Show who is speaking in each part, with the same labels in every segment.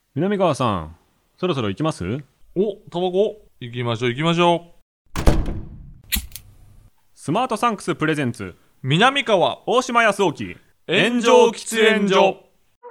Speaker 1: 南川さん、そろそろ行きます？
Speaker 2: お、タバコ行きましょう行きましょ
Speaker 1: スマートサンクスプレゼンツ
Speaker 2: う。南川
Speaker 1: 大島康沖
Speaker 2: 炎上喫煙所。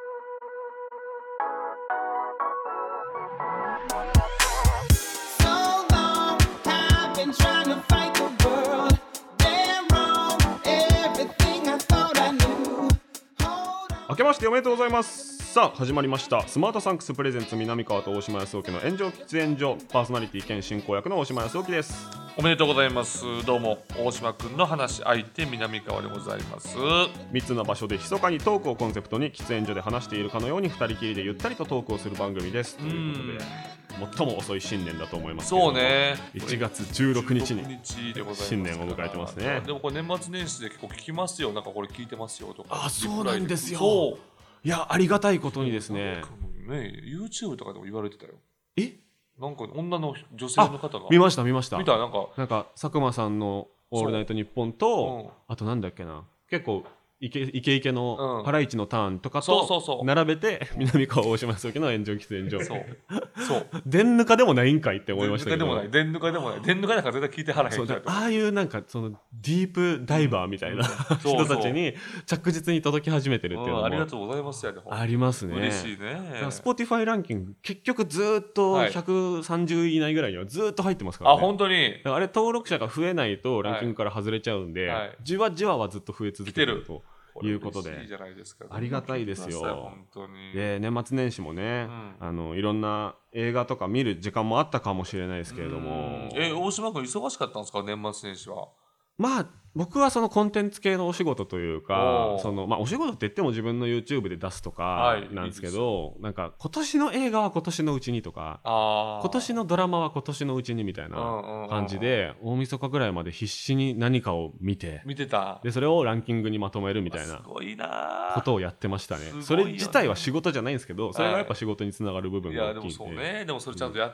Speaker 1: 明けましておめでとうございます。さあ始まりましたスマートサンクスプレゼンツ南川と大島康沖の炎上喫煙所、パーソナリティ兼進行役の大島康沖です。
Speaker 2: おめでとうございます。どうも大島くんの話し相手南川でございます。
Speaker 1: 3つの場所で密かにトークをコンセプトに喫煙所で話しているかのように2人きりでゆったりとトークをする番組です。ということで最も遅い新年だと思いますけれども、
Speaker 2: そうね、
Speaker 1: 1月16日に
Speaker 2: 16でございます
Speaker 1: 新年を迎えてますね。
Speaker 2: でもこれ年末年始で結構聞きますよ。なんかこれ聞いてますよとか。
Speaker 1: あ、そうなんですよ。
Speaker 2: そう
Speaker 1: いや、ありがたいことにですね。
Speaker 2: ね、YouTube とかでも言われてたよ。
Speaker 1: え、
Speaker 2: なんか女の女性の方が
Speaker 1: 見ました見ました。
Speaker 2: 見た。なんか
Speaker 1: 佐久間さんのオールナイトニッポンと、あとなんだっけな、結構イケイケのハライチのターンとかと並べて南川大島康沖の炎上喫煙所。そう電ぬかでもないんかいって思いましたけど。
Speaker 2: 電ぬかでもない電ぬかなんか絶対聞いてはらへん。そうだ、
Speaker 1: ああいうなんかそのディープダイバーみたいな、人たちに着実に届き始めてるっていうのも、
Speaker 2: ありがとうございますよね。
Speaker 1: ありますね。
Speaker 2: 嬉しいね。
Speaker 1: Spotify ランキング結局ずっと130位以内ぐらいにはずっと入ってますからね。
Speaker 2: あ、本当に。
Speaker 1: あれ登録者が増えないとランキングから外れちゃうんで、じわじわはずっと増え続けてるということで、ありがたいですよ。
Speaker 2: 本当に。
Speaker 1: で、年末年始もね、いろんな映画とか見る時間もあったかもしれないですけれども、
Speaker 2: 大島君忙しかったんですか、年末年始は。
Speaker 1: まあ僕はそのコンテンツ系のお仕事というか、お仕事って言っても自分の YouTube で出すとかなんですけど、なんか今年の映画は今年のうちにとか、今年のドラマは今年のうちにみたいな感じで、大晦日ぐらいまで必死に何かを見てた。でそれをランキングにまとめるみたいなことをやってましたね。それ自体は仕事じゃないんですけど、それがやっぱ仕事につながる部分が大きいんで。
Speaker 2: いやでもそうね。でもそれちゃんとやって、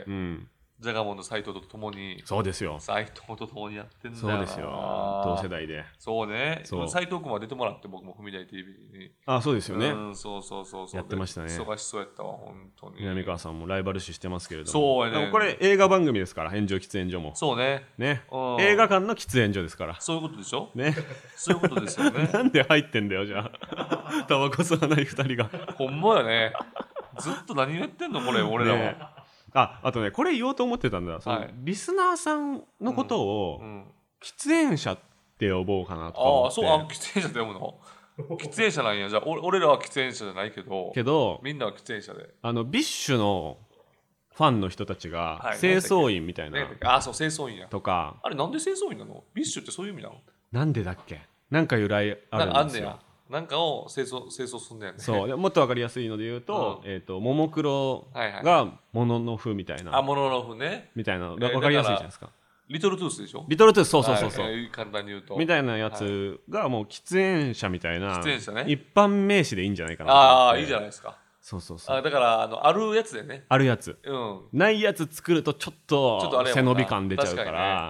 Speaker 2: ジャガモンの斎藤と共に。
Speaker 1: そうですよ。
Speaker 2: 斎藤と共にやってんだよ。
Speaker 1: そうですよ。同世代で。
Speaker 2: そうね。斎藤君は出てもらって、僕も踏み台 TV に。
Speaker 1: あ、そうですよね。
Speaker 2: そう
Speaker 1: やってましたね。
Speaker 2: 忙しそうやったわ、本当に。
Speaker 1: 南川さんもライバル視してますけれども。
Speaker 2: そうね。
Speaker 1: でもこれ映画番組ですから、炎上喫煙所も。
Speaker 2: そうね。
Speaker 1: 映画館の喫煙所ですから。
Speaker 2: そういうことでしょ。
Speaker 1: ね。
Speaker 2: そういうことですよね。
Speaker 1: なんで入ってんだよ、じゃあ。タバコ吸わない2人が。
Speaker 2: ほんまやね。ずっと何言ってんのこれ、俺らは。
Speaker 1: あとね、これ言おうと思ってたんだ。リスナーさんのことを喫煙者って呼ぼうかなとか思って。
Speaker 2: 喫煙者って呼ぶの？喫煙者なんや。じゃあ俺らは喫煙者じゃないけどみんなは喫煙者で。
Speaker 1: ビッシュのファンの人たちが清掃員みたいな。
Speaker 2: そう、清掃員や。
Speaker 1: とか。
Speaker 2: あれなんで清掃員なの？ビッシュってそういう意味なの？
Speaker 1: なんでだっけ？なんか由来あるんですよ。
Speaker 2: なんかを清掃すんだよね。
Speaker 1: そう、もっと分かりやすいので言うと、ももクロがモノノフみたいな。
Speaker 2: モノノフね。
Speaker 1: みたいな、分かりやすいじゃないですか。
Speaker 2: リトルトゥースでしょ。
Speaker 1: リトルトゥース、そう。
Speaker 2: 簡単に言うと。
Speaker 1: みたいなやつがもう喫煙者みたいな、
Speaker 2: 喫煙者ね。
Speaker 1: 一般名詞でいいんじゃないかな。
Speaker 2: いいじゃないですか。
Speaker 1: そう。
Speaker 2: だからあるやつでね。
Speaker 1: あるやつ。ないやつ作るとちょっと背伸び感出ちゃうから。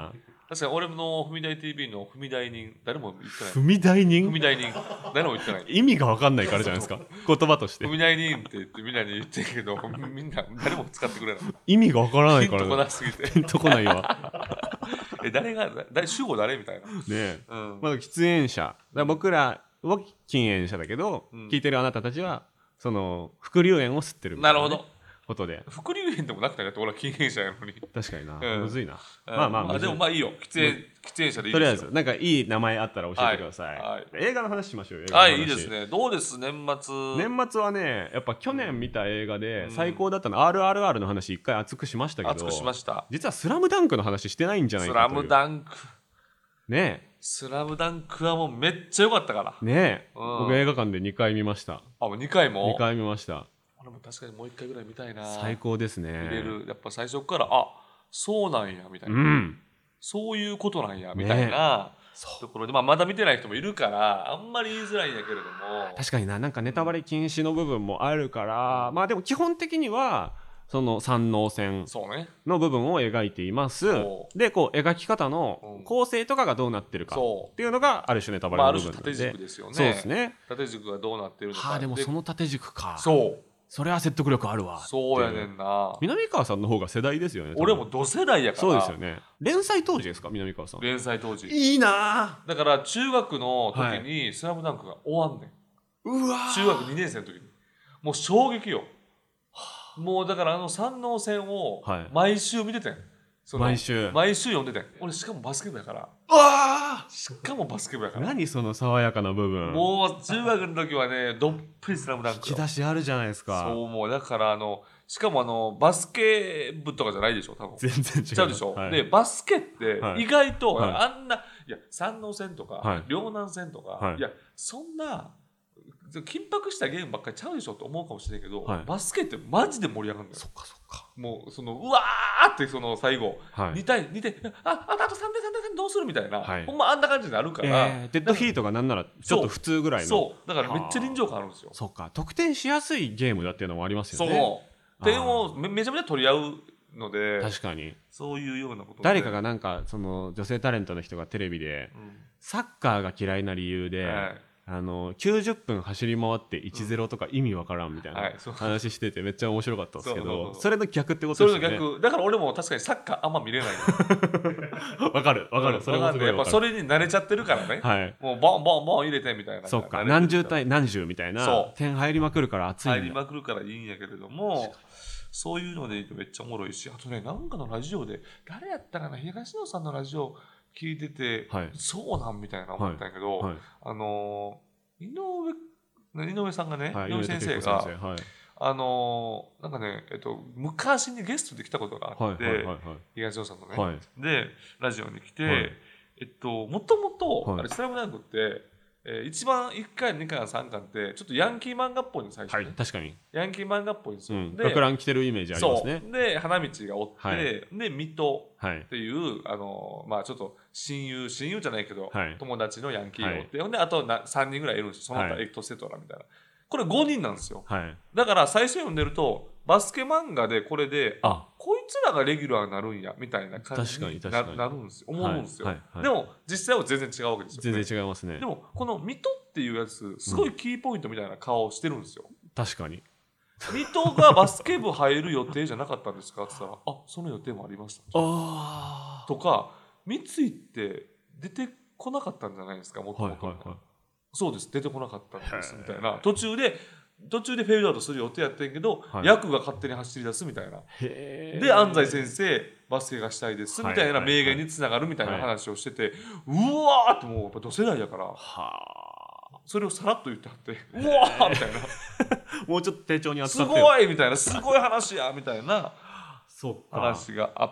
Speaker 2: 確かに俺の踏み台 TV の踏み台人誰も言ってない。
Speaker 1: 踏み台人
Speaker 2: 誰も言ってない。
Speaker 1: 意味が分かんないからじゃないですか。言葉として。
Speaker 2: 踏み台人って言ってみんなに言ってるけど、みんな誰も使ってくれない。
Speaker 1: 意味が分からないから。
Speaker 2: ピンとこなすぎて。
Speaker 1: ピンとこないわ。
Speaker 2: 主語誰みたいな。
Speaker 1: ね。まだ喫煙者。僕らは禁煙者だけど、聞いてるあなたたちはその副流煙を吸ってるみたいな。なるほど。ことで
Speaker 2: 副流煙でもなくて俺は禁煙者やのに。
Speaker 1: 確かにな、むずいな。
Speaker 2: でもいいよ、喫煙者でいいですよ。
Speaker 1: とりあえずなんかいい名前あったら教えてください。映画の話しましょうよ。
Speaker 2: はい、いいですね。どうです？年末
Speaker 1: はね、やっぱ去年見た映画で最高だったの RRR の話一回熱くしましたけど、実はスラムダンクの話してないんじゃないかという。
Speaker 2: スラムダンク
Speaker 1: ね。
Speaker 2: スラムダンクはもうめっちゃ良かったから
Speaker 1: ね。僕映画館で2回見ました。
Speaker 2: もう2回も？
Speaker 1: 2回見ました。
Speaker 2: も確かにもう1回ぐらい見たいな。
Speaker 1: 最高ですね。
Speaker 2: 見れる。やっぱ最初からそうなんやみたいな、そういうことなんやみたいなところで、まだ見てない人もいるからあんまり言いづらいんやけれども、
Speaker 1: 確かになんかネタバレ禁止の部分もあるから、でも基本的にはその三能線の部分を描いています。でこう描き方の構成とかがどうなってるかっていうのがある種ネタバレの部分なので、
Speaker 2: ある種縦軸ですよね。
Speaker 1: そうですね。
Speaker 2: 縦軸がどうなってるのか。
Speaker 1: でもその縦軸か。
Speaker 2: そう
Speaker 1: それは説得力あるわ。
Speaker 2: そうやねんな。
Speaker 1: 南川さんの方が世代ですよね。
Speaker 2: 俺も同世代やから。
Speaker 1: そうですよね。連載当時ですか、南川さん。
Speaker 2: 連載当時。
Speaker 1: いいな。
Speaker 2: だから中学の時にスラムダンクが終わんねん。
Speaker 1: うわ。
Speaker 2: 中学2年生の時に。もう衝撃よ。もうだから三能戦を毎週見ててん。毎週読んでてん。俺しかもバスケ部やから。しかもバスケ部やから。
Speaker 1: 何その爽やかな部分。
Speaker 2: もう中学の時はね、どっぷりスラムダンク。
Speaker 1: 引き出しあるじゃないですか。
Speaker 2: そう思う。だからしかもバスケ部とかじゃないでしょ、多分。
Speaker 1: 全然違う。
Speaker 2: ちゃうでしょ。で、バスケって意外と、あんな、いや、山王戦とか、陵南戦とか、いや、そんな、緊迫したゲームばっかりちゃうでしょと思うかもしれないけど、バスケってマジで盛り上がるんだよ。
Speaker 1: そっかそっか。
Speaker 2: もううわーって最後、2対2であと3点どうするみたいな、ほんまあんな感じになるから、
Speaker 1: デッドヒートがなんならちょっと普通ぐらいの。
Speaker 2: そうだからめっちゃ臨場感あるんですよ。
Speaker 1: そっか、得点しやすいゲームだっていうのもありますよね。
Speaker 2: そう点をめちゃめちゃ取り合うので、
Speaker 1: 確かに
Speaker 2: そういうようなことで
Speaker 1: 誰かがなんか女性タレントの人がテレビで、サッカーが嫌いな理由で、90分走り回って 1-0 とか意味わからんみたいな話しててめっちゃ面白かったんですけど、それの逆ってことですよね。
Speaker 2: それの逆だから俺も確かにサッカーあんま見れない
Speaker 1: わかるそれもすごいわかる。
Speaker 2: やっぱそれに慣れちゃってるからね、もうボンボンボン入れてみたいな。
Speaker 1: そっか、何十対何十みたいな点入りまくるから熱いんだ。
Speaker 2: 入りまくるからいいんやけれども、そういうのでめっちゃおもろいし、あとね、なんかのラジオで誰やったかな、東野さんのラジオ聞いてて、そうなんみたいな思ったんやけど、井上さんがね、井上先生がなんかね、昔にゲストで来たことがあって、東野さんのね、でラジオに来て、もともとスラムダンクって一番1回2回3巻ってちょっとヤンキー漫画っぽいの最初ね。
Speaker 1: 確かに
Speaker 2: ヤンキー漫画っぽいんですよ。
Speaker 1: 学ラン着てるイメージありますね。
Speaker 2: で花道がおって、で水戸っていうまあちょっと親友じゃないけど友達のヤンキーがおって、ほんであと3人ぐらいいるんですよ。その他エクトセトラみたいな。これ5人なんですよ。だから最初読んでるとバスケ漫画でこれでこいつらがレギュラーになるんやみたいな感じになるんですよ。思うんですよ。でも実際は全然違うわけですよ。
Speaker 1: 全然違いますね。
Speaker 2: でもこの水戸っていうやつすごいキーポイントみたいな顔をしてるんですよ。
Speaker 1: 確かに。
Speaker 2: 水戸がバスケ部入る予定じゃなかったんですかって言ったら、その予定もありましたとか、三井って出てこなかったんじゃないですか、もともと。そうです、出てこなかったんですみたいな。途中でフェードアウトする予定やってんけど、役が勝手に走り出すみたいな。で安西先生バスケがしたいですみたいな名言につながるみたいな話をしてて、うわーってもうやっぱ同世代やから、それをさらっと言ってはってうわーみたいな
Speaker 1: もうちょっと丁重に扱って
Speaker 2: すごいみたいな、すごい話やみたいな話があって、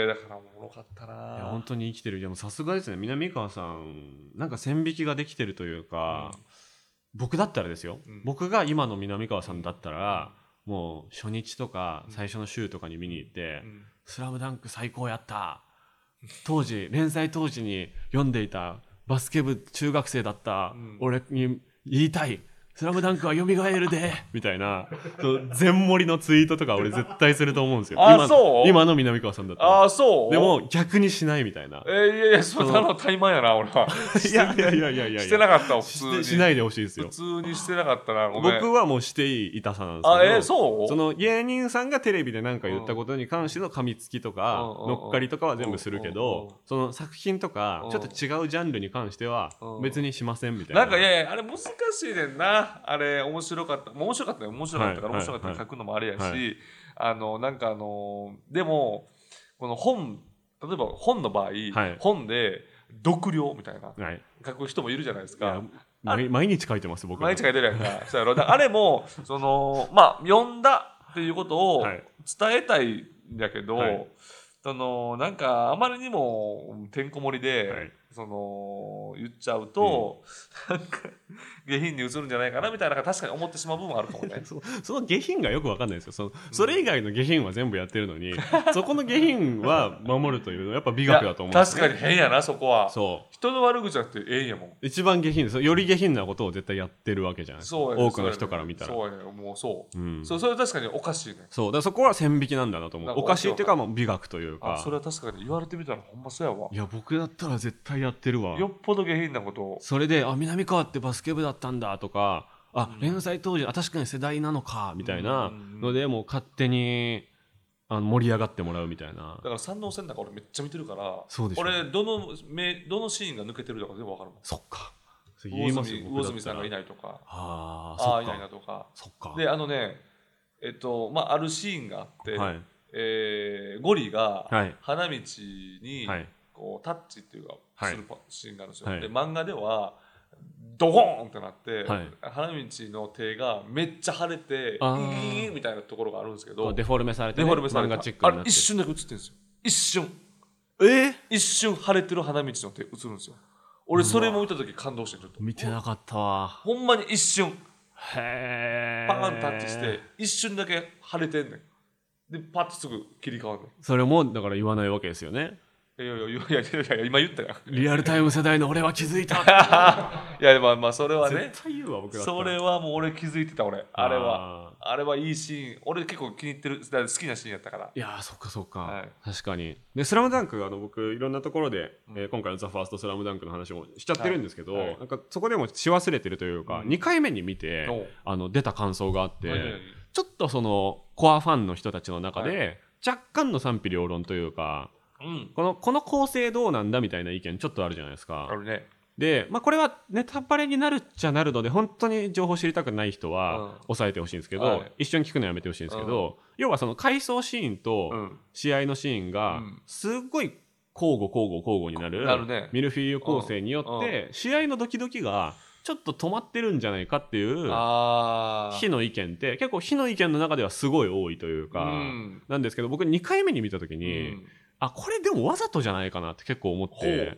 Speaker 2: だからおもろかったな。
Speaker 1: いや本当に生きてる。でもさすがですね、南川さん。なんか線引きができてるというか、僕だったらですよ、僕が今の南川さんだったら、もう初日とか最初の週とかに見に行って「スラムダンク最高やった、連載当時に読んでいたバスケ部中学生だった俺に言いたい、スラムダンクは蘇るで」みたいな全盛りのツイートとか俺絶対すると思うんですよ。今の南川さんだったら。でも逆にしないみたいな。
Speaker 2: いやそんなの怠慢やな俺は。
Speaker 1: いや
Speaker 2: してなかった。普通に
Speaker 1: しないでほしいですよ。
Speaker 2: 普通にしてなかったな。ごめん。
Speaker 1: 僕はもうしていたさなんですけど、その芸人さんがテレビで何か言ったことに関しての噛みつきとか乗っかりとかは全部するけど、その作品とかちょっと違うジャンルに関しては別にしませんみたいな。
Speaker 2: なんかいやあれ難しいねんな。あれ面白かったから面白かったから書くのもあれやし、なんかでもこの本、例えば本の場合、本で読了みたいな書く人もいるじゃないですか。
Speaker 1: 毎日書いてます僕。
Speaker 2: 毎日書いてるやんか。そうやろ。あれも読んだっていうことを伝えたいんだけど、なんかあまりにもてんこ盛りで、言っちゃうと、なんか下品に映るんじゃないかなみたいな確かに思ってしまう部分もあるかもね。
Speaker 1: その下品がよく分かんないですよ。それ以外の下品は全部やってるのに、そこの下品は守るというのはやっぱ美学だと思うんですよ。
Speaker 2: 確かに変やなそこは。人の悪口じゃなくてええんやもん。
Speaker 1: 一番下品です。より下品なことを絶対やってるわけじゃないですか。多くの人から見たら。
Speaker 2: そうやね。もうそう。それは確かにおかしいね。
Speaker 1: そうだからそこは線引きなんだなと思う。おかしいっていうかもう美学というか。
Speaker 2: それは確かに言われてみたらほんまそうやわ。
Speaker 1: いや僕だったら絶対やってるわ。
Speaker 2: よっぽど下品なことを。
Speaker 1: それで南川ってバスケ部だったんだとか、 連載当時確かに世代なのかみたいなのでもう勝手に盛り上がってもらうみたいな。
Speaker 2: だから山王戦なんか俺めっちゃ見てるから、
Speaker 1: そうでしょ、
Speaker 2: 俺どのシーンが抜けてるとか全部分かるもん。
Speaker 1: そっか。
Speaker 2: 魚住さんがいないとか、いないなとか。
Speaker 1: そっか。
Speaker 2: であるシーンがあって、はい、ゴリが花道にこうタッチっていうかするシーンがあるんですよ。はい、で漫画ではドゴーンってなって、はい、花道の手がめっちゃ腫れてみたいなところがあるんですけど、
Speaker 1: デフォルメされて、ね、漫画チックになって、
Speaker 2: あれ一瞬だけ映ってるんですよ。一瞬一瞬腫れてる花道の手映るんですよ。俺それも見た時感動して、ちょっと
Speaker 1: 見てなかったわ。
Speaker 2: ほんまに一瞬
Speaker 1: へ
Speaker 2: パーンタッチして一瞬だけ腫れてんねん。でパッとすぐ切り替わるねん。
Speaker 1: それもだから言わないわけですよね。
Speaker 2: いや今言ったよ。
Speaker 1: リアルタイム世代の俺は気づいた。
Speaker 2: いやまあそれはね、
Speaker 1: 絶対言うわ僕だったら。
Speaker 2: それはもう俺気づいてた。俺あれはいいシーン、俺結構気に入ってる、好きなシーンやったから。
Speaker 1: いやそっか、はい、確かに。でスラムダンク僕いろんなところで、今回のザファーストスラムダンクの話もしちゃってるんですけど、はいはい、なんかそこでもし忘れてるというか、2回目に見て出た感想があって、ちょっとそのコアファンの人たちの中で、若干の賛否両論というか、この構成どうなんだみたいな意見ちょっとあるじゃないですか。
Speaker 2: あるね。
Speaker 1: で、これはネタバレになるっちゃなるので本当に情報知りたくない人は抑えてほしいんですけど、一緒に聞くのやめてほしいんですけど、要はその回想シーンと試合のシーンがすっごい交互になるミルフィーユ構成によって試合のドキドキがちょっと止まってるんじゃないかっていう非の意見って結構非の意見の中ではすごい多いというかなんですけど、僕2回目に見た時にこれでもわざとじゃないかなって結構思って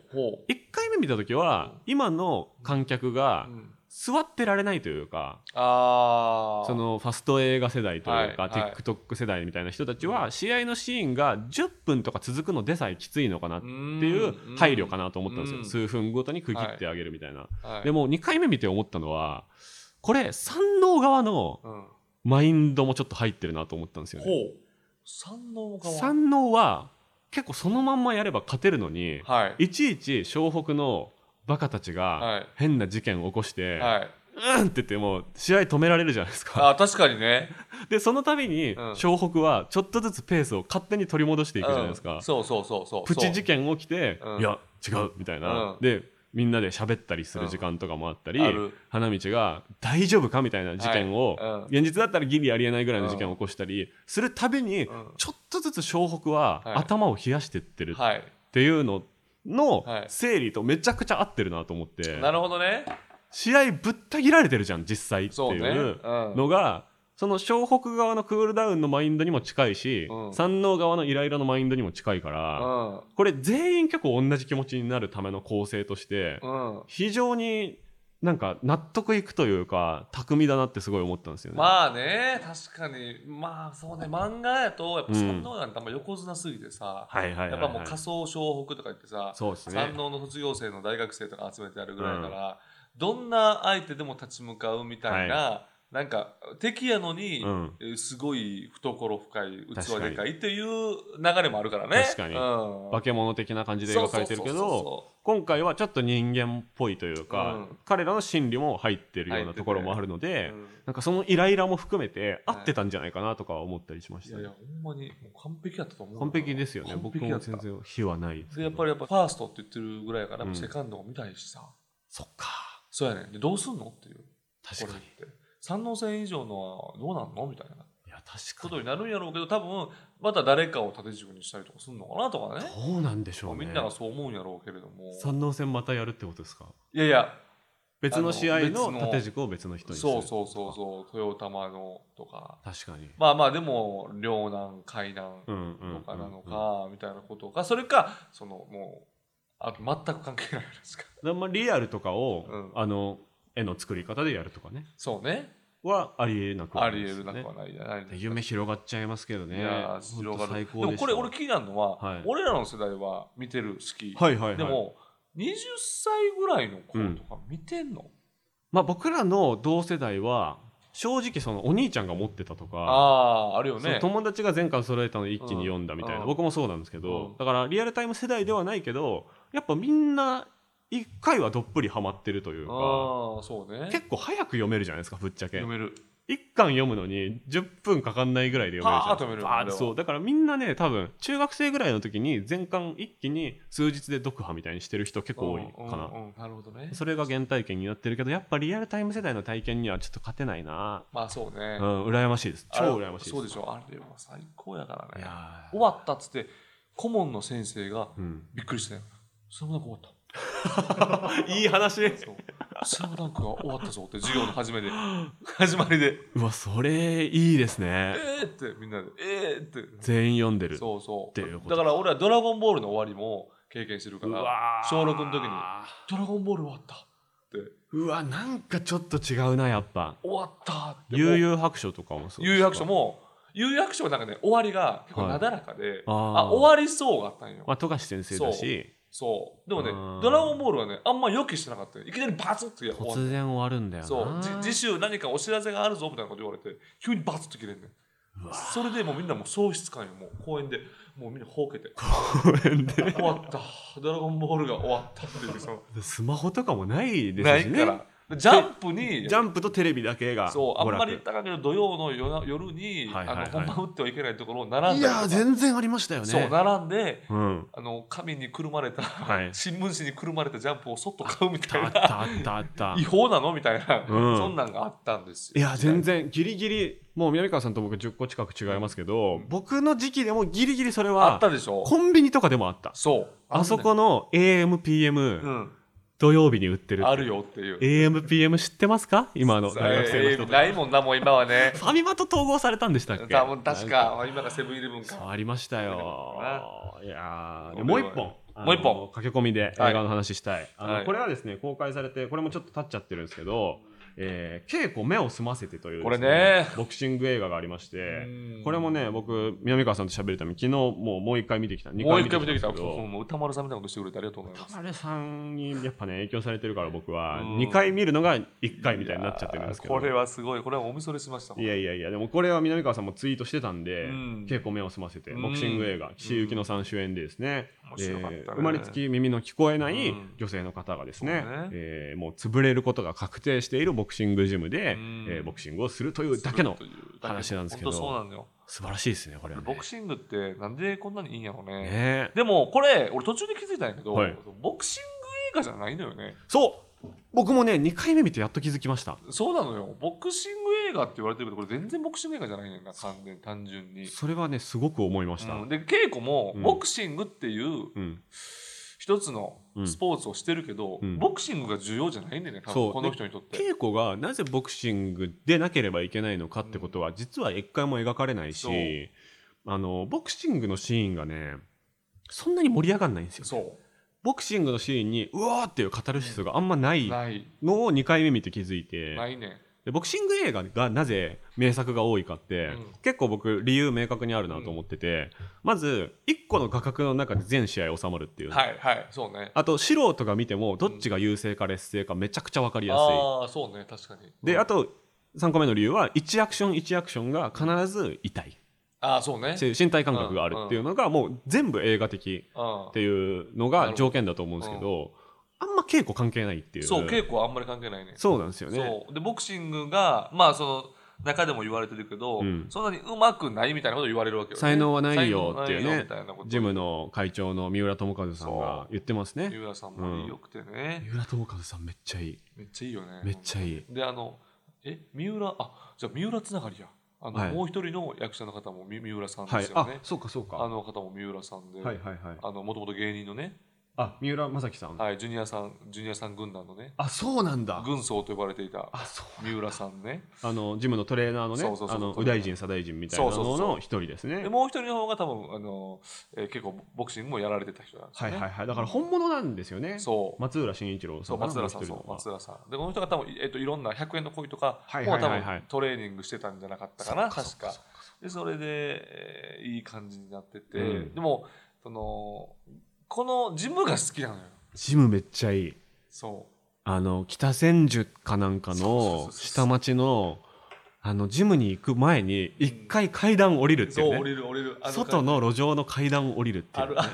Speaker 1: 、1回目見た時は今の観客が座ってられないというか、そのファスト映画世代というか、TikTok 世代みたいな人たちは試合のシーンが10分とか続くのでさえきついのかなっていう配慮かなと思ったんですよ。数分ごとに区切ってあげるみたいな。でも2回目見て思ったのはこれ山王側のマインドもちょっと入ってるなと思ったんですよね。山王は結構そのまんまやれば勝てるのに、いちいち湘北のバカたちが変な事件を起こして、って言っても試合止められるじゃないですか。
Speaker 2: 確かにね。
Speaker 1: でその度に湘北はちょっとずつペースを勝手に取り戻していくじゃないですか。プチ事件起きて、いや違うみたいな、でみんなで喋ったりする時間とかもあったり、花道が大丈夫かみたいな事件を、現実だったらギリありえないぐらいの事件を起こしたりするたびに、ちょっとずつ湘北は頭を冷やしてってるっていうのの整理とめちゃくちゃ合ってるなと思って。
Speaker 2: なるほどね。
Speaker 1: 試合ぶった切られてるじゃん実際っていうのが、その湘北側のクールダウンのマインドにも近いし、山王側のイライラのマインドにも近いから、これ全員結構同じ気持ちになるための構成として、非常になんか納得いくというか巧みだなってすごい思ったんですよね。
Speaker 2: まあね、確かにそうね、漫画やとやっぱ山王なんて横綱すぎてさ、やっぱもう仮想湘北とか言ってさ、山王の卒業生の大学生とか集めてやるぐらいから、どんな相手でも立ち向かうみたいな、なんか敵やのに、すごい懐深い器でかいっていう流れもあるからね。
Speaker 1: 確かに、化け物的な感じで描かれてるけど、今回はちょっと人間っぽいというか、彼らの心理も入ってるようなところもあるので、なんかそのイライラも含めて合ってたんじゃないかなとか思ったりしました。
Speaker 2: いやほんまにもう完璧だったと思う。
Speaker 1: 完璧ですよね。僕も全然非はない
Speaker 2: で、やっぱりファーストって言ってるぐらいから、セカンドも見たいしさ。
Speaker 1: そっか。
Speaker 2: そうやね。でどうすんのっていう。
Speaker 1: 確かに。
Speaker 2: 山王戦以上のはどうなんのみたいな。
Speaker 1: いや確かに。
Speaker 2: ことになるんやろうけど、多分また誰かを縦軸にしたりとかするのかなとかね。
Speaker 1: どうなんでしょうね。
Speaker 2: みんながそう思うんやろうけれども。
Speaker 1: 山王戦またやるってことですか。
Speaker 2: いやいや。
Speaker 1: 別の試合の縦軸を別の人にする。
Speaker 2: そう豊玉のとか。
Speaker 1: 確かに。
Speaker 2: まあでも両南海南とかなのかみたいなことか、それかそのもう全く関係ないですか。
Speaker 1: リアルとかを、絵の作り方でやるとかね。
Speaker 2: そうね。
Speaker 1: はありえなくはない
Speaker 2: ですね。ありえなくはないじゃないですか。
Speaker 1: 夢広がっちゃいますけどね。い
Speaker 2: や広がる。
Speaker 1: 最高でした。
Speaker 2: でもこれ俺気になるのは、俺らの世代は見てる好き。でも20歳ぐらいの子とか見てんの？
Speaker 1: 僕らの同世代は正直そのお兄ちゃんが持ってたとか、
Speaker 2: あるよね。
Speaker 1: 友達が全巻揃えたの一気に読んだみたいな、僕もそうなんですけど、だからリアルタイム世代ではないけど、やっぱみんな 1回はどっぷりハマってるというか、
Speaker 2: そうね、
Speaker 1: 結構早く読めるじゃないですか、ぶっちゃけ。
Speaker 2: 読める。
Speaker 1: 1巻読むのに10分かかんないぐらいで読めるじゃないですか。パーッとそうだからみんなね、多分中学生ぐらいの時に全巻一気に数日で読破みたいにしてる人結構多いかな。
Speaker 2: なるほどね。
Speaker 1: それが原体験になってるけど、やっぱリアルタイム世代の体験にはちょっと勝てないな。
Speaker 2: まあそうね、
Speaker 1: 羨ましいです。超羨ましいです。
Speaker 2: そうでしょ、あれは最高やからね。終わったっつって顧問の先生がびっくりして、それもなんか終わった
Speaker 1: いい話。
Speaker 2: スラムダンクが終わったぞって授業の始まりで
Speaker 1: うわ、それいいですね。
Speaker 2: ってみんなでって
Speaker 1: 全員読んでる。
Speaker 2: だから俺はドラゴンボールの終わりも経験してるから、小6の時にドラゴンボール終わったって。
Speaker 1: うわ、なんかちょっと違うな、やっぱ
Speaker 2: 終わったって。
Speaker 1: 悠々白書とかもそう。
Speaker 2: 悠々白書もなんかね、終わりが結構なだらかで、終わりそうがあったんよ。
Speaker 1: 富樫先生だし。
Speaker 2: そうでもね、ドラゴンボールはね、あんま予期してなかったよ。いきなりバツッと
Speaker 1: 突然終わるんだよな。
Speaker 2: そう、次週何かお知らせがあるぞみたいなこと言われて、急にバツッと切れんねん。それでもうみんなもう喪失感よ。もう公園でもうみんなほうけて、公園で終わった、ドラゴンボールが終わったっていう。
Speaker 1: スマホとかもないですしね。
Speaker 2: ないからジャ
Speaker 1: ンプとテレビだけが。
Speaker 2: そう、あんまり言ったかけど土曜の夜に本番打ってはいけないところを並んで、
Speaker 1: いや全然ありましたよね。
Speaker 2: そう並んで、紙にくるまれた、新聞紙にくるまれたジャンプをそっと買うみたいな。
Speaker 1: あった
Speaker 2: 違法なのみたいな、そんなんがあったんですよ。
Speaker 1: いや全然ギリギリ、もう南川さんと僕10個近く違いますけど、僕の時期でもギリギリそれは
Speaker 2: あったでしょ。
Speaker 1: コンビニとかでもあった。
Speaker 2: そう
Speaker 1: あそこの AM、PM、土曜日に売ってる
Speaker 2: あるよっていう。
Speaker 1: AM、PM 知ってますか？今の大学生の人
Speaker 2: ないもんな、もう今はね。
Speaker 1: ファミマと統合されたんでしたっけ？
Speaker 2: 多分確か今がセブンイレブンか。
Speaker 1: ありましたよ。いやもう一本駆け込みで映画の話したい。これはですね、公開されてこれもちょっと経っちゃってるんですけど、稽古目を澄ませてという、
Speaker 2: これね、
Speaker 1: ボクシング映画がありまして、これもね、僕南川さんと喋るために昨日もう一回見てきた。
Speaker 2: もう一回見てきた。もう歌丸さんみたいなことしてくれてありがとうございます。
Speaker 1: 歌丸さんにやっぱね影響されてるから、僕は2回見るのが1回みたいになっちゃってるんですけど、
Speaker 2: これはすごい。これはおみそれしました。
Speaker 1: いやでもこれは南川さんもツイートしてたんで、稽古目を澄ませてボクシング映画、岸井ゆきのさん主演でですね、生まれつき耳の聞こえない女性の方がですね、もう潰れることが確定しているボクシングジムでボクシングをするというだけの話なんですけど、
Speaker 2: そうなんだよ。
Speaker 1: 素晴らしいですね、これはね。
Speaker 2: ボクシングってなんでこんなにいいんやろうね。でもこれ俺途中で気づいたんやけど、ボクシング映画じゃないのよね。
Speaker 1: そう僕もね2回目見てやっと気づきました。
Speaker 2: そうなのよ。ボクシング映画って言われてるけど、これ全然ボクシング映画じゃないねんな、単純に。
Speaker 1: それはねすごく思いました。
Speaker 2: で稽古もボクシングっていう一つのスポーツをしてるけど、ボクシングが重要じゃないんだよね、多分この人にとって。
Speaker 1: 稽古がなぜボクシングでなければいけないのかってことは実は一回も描かれないし、ボクシングのシーンがねそんなに盛り上がらないんですよ。
Speaker 2: そう
Speaker 1: ボクシングのシーンにうわーっていうカタルシスがあんまないのを2回目見て気づいて、
Speaker 2: ないね。
Speaker 1: でボクシング映画がなぜ名作が多いかって、結構僕理由明確にあるなと思ってて、まず1個の画角の中で全試合収まるっていう、
Speaker 2: そうね。
Speaker 1: あと素人が見てもどっちが優勢か劣勢かめちゃくちゃ分かりやすい。
Speaker 2: そうね、確かに。
Speaker 1: であと3個目の理由は1アクション1アクションが必ず痛い。
Speaker 2: そうね。
Speaker 1: 身体感覚があるっていうのがもう全部映画的っていうのが条件だと思うんですけど、あんま稽古関係ないっていう。
Speaker 2: そう、稽古はあんまり関係ないね。
Speaker 1: そうなんですよね。
Speaker 2: そうでボクシングがまあその中でも言われてるけど、そんなにうまくないみたいなことを言われるわけよね。
Speaker 1: 才能はないよっていうね、ジムの会長の三浦友和さんが言ってますね。
Speaker 2: 三浦さんも良くてね。
Speaker 1: 三浦友和さんめっちゃいい。
Speaker 2: めっちゃいいよね。
Speaker 1: めっちゃいい。
Speaker 2: で三浦じゃあ三浦つながりや。もう一人の役者の方も三浦さんですよね。
Speaker 1: そうかそうか。
Speaker 2: あの方も三浦さんで、もともと芸人のね。
Speaker 1: 三浦正樹さん。
Speaker 2: ジュニアさん軍団のね。
Speaker 1: そうなんだ。
Speaker 2: 軍曹と呼ばれていた三浦さんね。
Speaker 1: ジムのトレーナーのね、右大臣左大臣みたいなのの一人ですね。
Speaker 2: でもう一人の方が多分結構ボクシングもやられてた人なんですよね。
Speaker 1: だから本物なんですよね。松浦慎一郎さん。
Speaker 2: 松浦さん。でこの人が多分いろんな100円の恋とかも多分トレーニングしてたんじゃなかったかな、確か。でそれでいい感じになってて、でもこのジムが好きなのよ。
Speaker 1: ジムめっちゃいい。北千住かなんかの下町のジムに行く前に一回階段降りるっていうね。
Speaker 2: 降りる。
Speaker 1: 外の路上の階段降りるっていうね。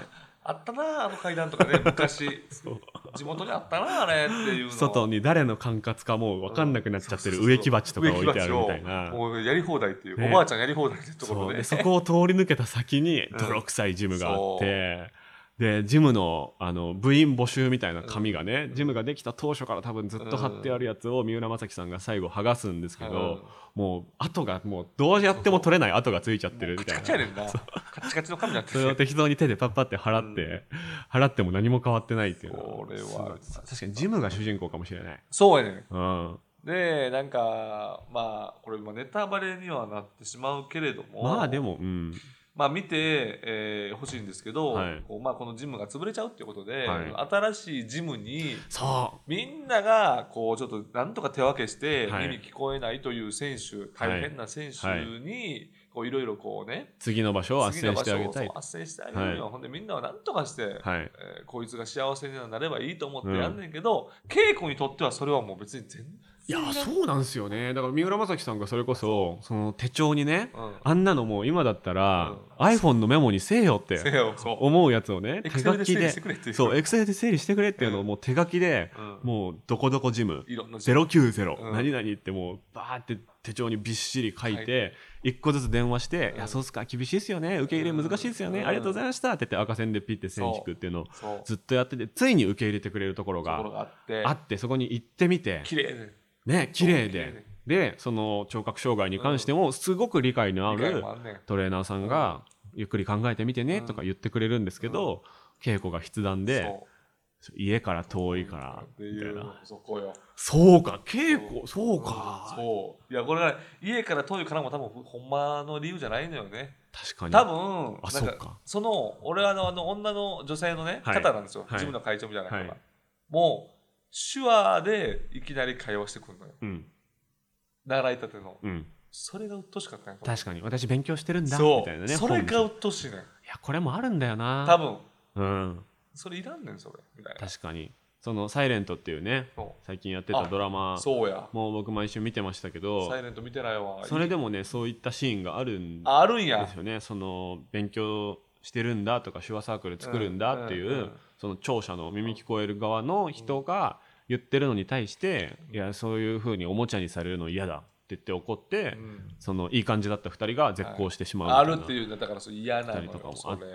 Speaker 2: あったなあの階段とかね昔地元にあったなあれっていうの
Speaker 1: 外に誰の管轄かもう分かんなくなっちゃってる植木鉢とか置いてあるみたいな、
Speaker 2: もうやり放題っていう、ね、おばあちゃんやり放題ってところで
Speaker 1: そこを通り抜けた先に泥臭いジムがあって、でジムの、部員募集みたいな紙がね、ジムができた当初から多分ずっと貼ってあるやつを三浦正樹さんが最後剥がすんですけど、もう跡がもうどうやっても取れない跡がついちゃってるみたいな、
Speaker 2: カチカチの紙になって
Speaker 1: それを適当に手でパッパって払っても何も変わってないっていうのは、
Speaker 2: これは
Speaker 1: 確かにジムが主人公かもしれない。
Speaker 2: そうやね、でなんかまあこれネタバレにはなってしまうけれども、
Speaker 1: まあでも
Speaker 2: まあ見てほしいんですけど、このジムが潰れちゃうっていうことで、新しいジムにみんながこうちょっとなんとか手分けして耳聞こえないという選手、大変な選手にいろいろこうね、
Speaker 1: 次の場所を斡旋してあげたい。
Speaker 2: 斡旋してあげるよ。ほんでみんなはなんとかして、こいつが幸せになればいいと思ってやんねんけど、稽古にとってはそれはもう別に全然。
Speaker 1: いやそうなんですよね。だから三浦正樹さんがそれこそその手帳にね、あんなのもう今だったら iPhone のメモにせえよって思うやつをね、手書きでそうエクセルで整理してくれっていうのをもう手書きで、もうどこどこジム090何々ってもうバーって手帳にびっしり書いて、一個ずつ電話して「いやそうっすか、厳しいっすよね、受け入れ難しいっすよね、ありがとうございました」って言って赤線でピッて線引くっていうのをずっとやってて、ついに受け入れてくれるところがあって、そこに行ってみて
Speaker 2: 綺麗
Speaker 1: ね、綺麗でその聴覚障害に関してもすごく理解のあるトレーナーさんがゆっくり考えてみてねとか言ってくれるんですけど、稽古が筆談で家から遠いからみたいな、そうか稽古そうか、
Speaker 2: いやこれ家から遠いからも多分ほんまの理由じゃないのよね。
Speaker 1: 確かに
Speaker 2: 多分その俺は女の女性のね方なんですよ、ジムの会長みたいな人がもう手話でいきなり会話してくるのよ、習いたての、それが鬱陶しかったね。
Speaker 1: 確かに私勉強してるんだみたいなね、
Speaker 2: それが鬱陶しいね。い
Speaker 1: やこれもあるんだよな
Speaker 2: 多分、それいらんねんそれみたいな。
Speaker 1: 確かにそのサイレントっていうね最近やってたドラマもう僕毎週見てましたけど、
Speaker 2: サイレント見てないわ。
Speaker 1: それでもねそういったシーンがあるんですよね。その勉強してるんだとか手話サークル作るんだっていう、その聴者の耳聞こえる側の人が言ってるのに対して、いやそういう風におもちゃにされるの嫌だって言って怒って、そのいい感じだった2人が絶交してしまうみたいな、
Speaker 2: あるっていう、だからそう嫌なのよ
Speaker 1: とかもあって、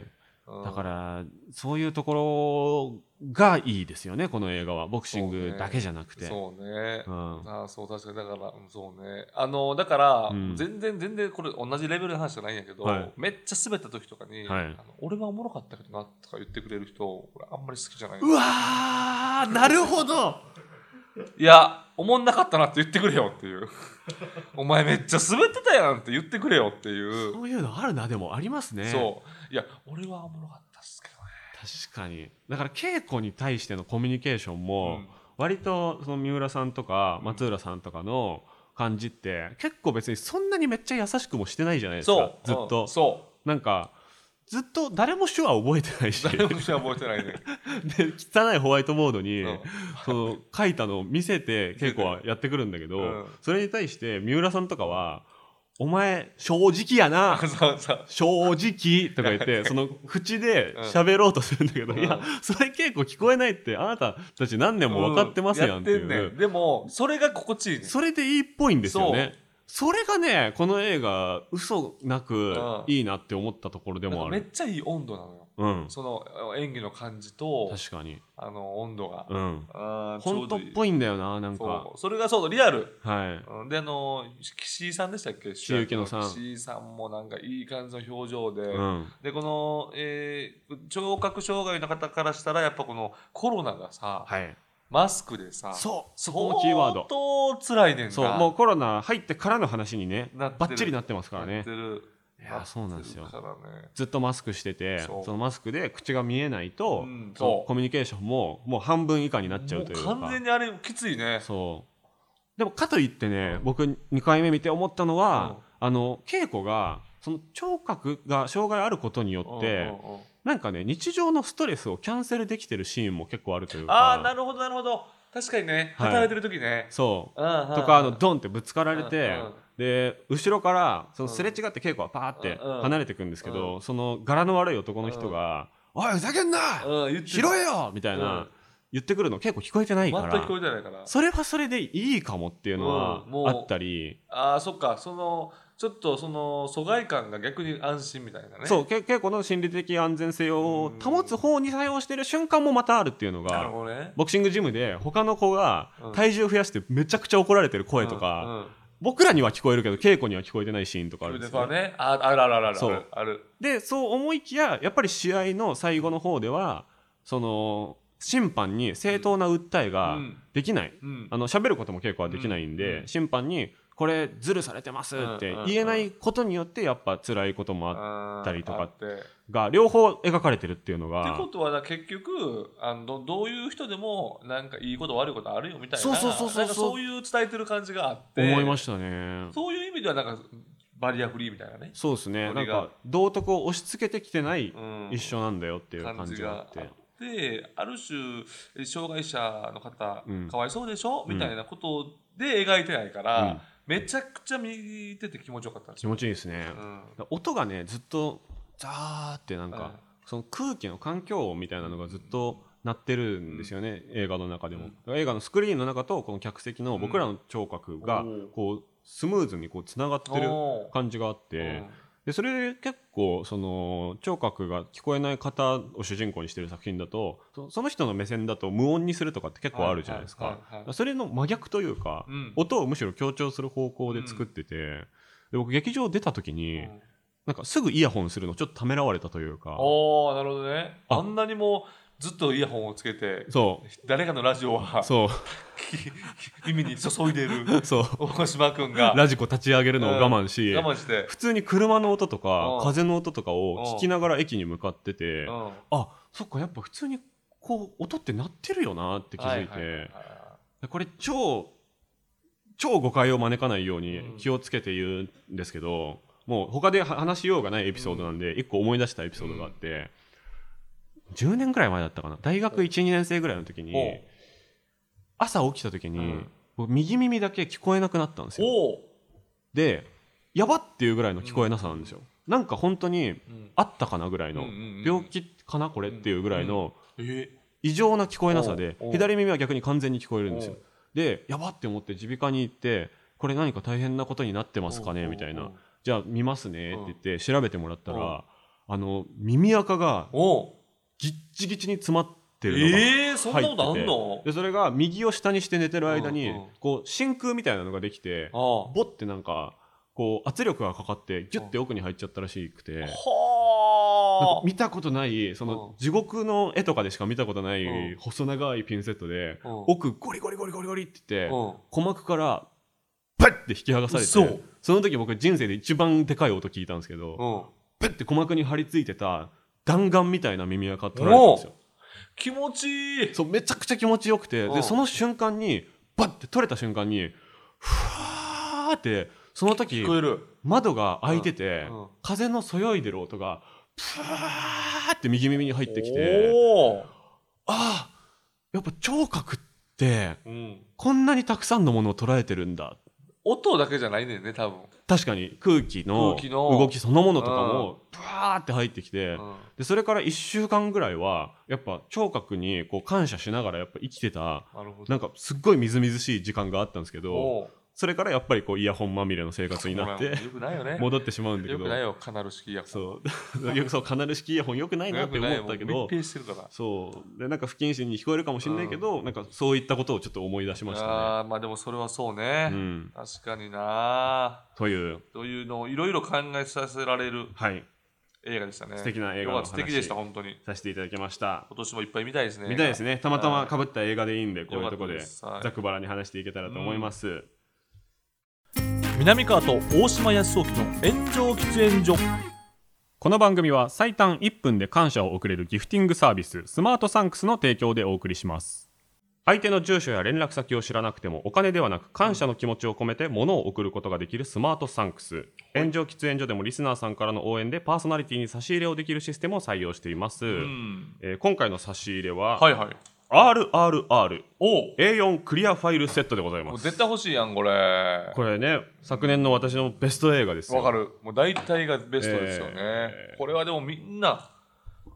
Speaker 1: だからそういうところがいいですよねこの映画は。ボクシングだけじゃなくて、
Speaker 2: そうね、そう確かに。だからそうね、だから、全然これ同じレベルの話じゃないんやけど、めっちゃ滑った時とかに、俺はおもろかったけどなとか言ってくれる人俺あんまり好きじゃない。
Speaker 1: うわーなるほど
Speaker 2: いやおもんなかったなって言ってくれよっていうお前めっちゃ滑ってたやんって言ってくれよっていう、
Speaker 1: そういうのあるな。でもありますね。
Speaker 2: そういや俺はおもろかったっすけどね。
Speaker 1: 確かに。だから稽古に対してのコミュニケーションも、割とその三浦さんとか松浦さんとかの感じって結構別にそんなにめっちゃ優しくもしてないじゃないですか。ずっとなんかずっと誰も手話覚えてないし、
Speaker 2: 誰も手話覚えてないね
Speaker 1: で汚いホワイトボードにその書いたのを見せて稽古はやってくるんだけど、それに対して三浦さんとかはお前正直やな正直とか言ってその口で喋ろうとするんだけど、いやそれ稽古聞こえないってあなたたち何年も分かってますやんっていう、
Speaker 2: でもそれが心地いいね。
Speaker 1: それでいいっぽいんですよね。それがねこの映画嘘なくいいなって思ったところでもある。
Speaker 2: めっちゃいい温度なのよ、その演技の感じと
Speaker 1: 確かに
Speaker 2: 温度が、
Speaker 1: 本当っぽいんだよな。なんか
Speaker 2: それがリアル、で岸井さんでしたっけ、岸井さんもなんかいい感じの表情で、でこの、聴覚障害の方からしたらやっぱこのコロナがさ、マスクでさ、
Speaker 1: そこのキーワード
Speaker 2: 相当辛いねんな。
Speaker 1: そうもうコロナ入ってからの話にねバッチリなってますからね。いやそうなんですよ、ずっとマスクしててそのマスクで口が見えないと、コミュニケーションももう半分以下になっちゃうというか、
Speaker 2: 完全にあれきついね。
Speaker 1: そうでもかといってね、僕2回目見て思ったのは、稽古がその聴覚が障害あることによってなんかね日常のストレスをキャンセルできてるシーンも結構あるというか。
Speaker 2: なるほどなるほど、確かにね、働いてる時ね、
Speaker 1: そうとかドンってぶつかられて、で後ろからそのすれ違って稽古はパーって離れていくんですけど、その柄の悪い男の人がおいふざけんな、拾えよみたいな、言ってくるの結構聞こえてないから、
Speaker 2: 全く聞こえてないから、
Speaker 1: それはそれでいいかもっていうのはあったり、
Speaker 2: そっか、ちょっとその疎外感が逆に安心みたいなね。
Speaker 1: そう、結構の心理的安全性を保つ方に作用してる瞬間もまたあるっていうのが、ボクシングジムで他の子が体重増やしてめちゃくちゃ怒られてる声とか、僕らには聞こえるけど稽古には聞こえてないシーンとかあるんですよね。ある。で、そう思いきややっぱり試合の最後の方ではその審判に正当な訴えができない、喋ることも結構はできないんで、審判にこれズルされてますって言えないことによってやっぱ辛いこともあったりとかが両方描かれてるっていうのが。
Speaker 2: ってことは結局どういう人でもなんかいいこと悪いことあるよみたいな、そういう伝えてる感じがあって
Speaker 1: 思いましたね。
Speaker 2: そういう意味ではなんかバリアフリーみたいなね。
Speaker 1: そうですね。なんか道徳を押し付けてきてない、一緒なんだよっていう感じがあって。
Speaker 2: である種障害者の方、かわいそうでしょみたいなことで描いてないから、めちゃくちゃ見てて気持ちよかったんですよ。
Speaker 1: 気持ちいいですね、音がねずっとザーってなんか、その空気の環境音みたいなのがずっと鳴ってるんですよね、映画の中でも、映画のスクリーンの中とこの客席の僕らの聴覚がこうスムーズにこうつながってる感じがあって、でそれで結構その聴覚が聞こえない方を主人公にしてる作品だと、その人の目線だと無音にするとかって結構あるじゃないですか。それの真逆というか、音をむしろ強調する方向で作ってて、で僕劇場出た時になんかすぐイヤホンするのちょっとためらわれたというか。
Speaker 2: なるほどね。あんなにもずっとイヤホンをつけて、誰かのラジオは耳に注いでる大島君が
Speaker 1: ラジコ立ち上げるのを我慢
Speaker 2: して
Speaker 1: 普通に車の音とか風の音とかを聞きながら駅に向かってて、そっかやっぱ普通にこう音って鳴ってるよなって気づいて、これ超誤解を招かないように気をつけて言うんですけど、もう他で話しようがないエピソードなんで一個思い出したエピソードがあって、10年ぐらい前だったかな、大学 1,2 年生ぐらいの時に朝起きた時に右耳だけ聞こえなくなったんですよ。でやばっていうぐらいの聞こえなさなんですよ。なんか本当にあったかなぐらいの、病気かなこれっていうぐらいの異常な聞こえなさで、左耳は逆に完全に聞こえるんですよ。でやばって思って耳鼻科に行って、これ何か大変なことになってますかねみたいな、じゃあ見ますねって言って調べてもらったら、耳垢がギッチギチに詰まってるのが入ってて、
Speaker 2: そんなことあんの？
Speaker 1: でそれが右を下にして寝てる間にこう真空みたいなのができて、ボッてなんかこう圧力がかかってギュッて奥に入っちゃったらしくて、なんか見たことないその地獄の絵とかでしか見たことない細長いピンセットで奥ゴリゴリゴリゴリゴリって言って鼓膜からバッて引き剥がされて、その時僕人生で一番でかい音聞いたんですけど、バッて鼓膜に張り付いてた弾丸みたいな耳垢取られたんですよ。
Speaker 2: 気持ちいい。
Speaker 1: そうめちゃくちゃ気持ちよくて、でその瞬間にバッて取れた瞬間にふわーってその時窓が開いてて、風のそよいでる音がふわーって右耳に入ってきて、やっぱ聴覚ってこんなにたくさんのものを捉えてるんだ。
Speaker 2: 音だけじゃないねんね多分。
Speaker 1: 確かに空気の動きそのものとかもブワーって入ってきて、でそれから1週間ぐらいはやっぱ聴覚にこう感謝しながらやっぱ生きてた、なんかすっごいみずみずしい時間があったんですけど、それからやっぱりこうイヤホンまみれの生活になって戻ってしまうんだけど、
Speaker 2: よくないよカナル式イヤホン。
Speaker 1: そうカナル式イヤホンよくないなって思ったけど、そうでなんか不謹慎に聞こえるかもしれないけど、なんかそういったことをちょっと思い出しましたね。
Speaker 2: まあでもそれはそうね、確かになというのをいろいろ考えさせられる映画でしたね。
Speaker 1: 素敵な映画の話
Speaker 2: 素敵でした本当に。
Speaker 1: させていただきました。
Speaker 2: 今年もいっぱい見たいですね。
Speaker 1: 見たいですね。たまたま被った映画でいいんで、こういうところでざくばらに話していけたらと思います。
Speaker 2: 南川と大島康雄の炎上喫煙所。
Speaker 1: この番組は最短1分で感謝を送れるギフティングサービススマートサンクスの提供でお送りします。相手の住所や連絡先を知らなくてもお金ではなく感謝の気持ちを込めて物を送ることができるスマートサンクス。炎上喫煙所でもリスナーさんからの応援でパーソナリティに差し入れをできるシステムを採用しています。今回の差し入れは、RRR A4 クリアファイルセットでございます。
Speaker 2: 絶対欲しいやんこれ。
Speaker 1: これね、昨年の私のベスト映画ですよ。
Speaker 2: わかる。もう大体がベストですよね。これはでもみんな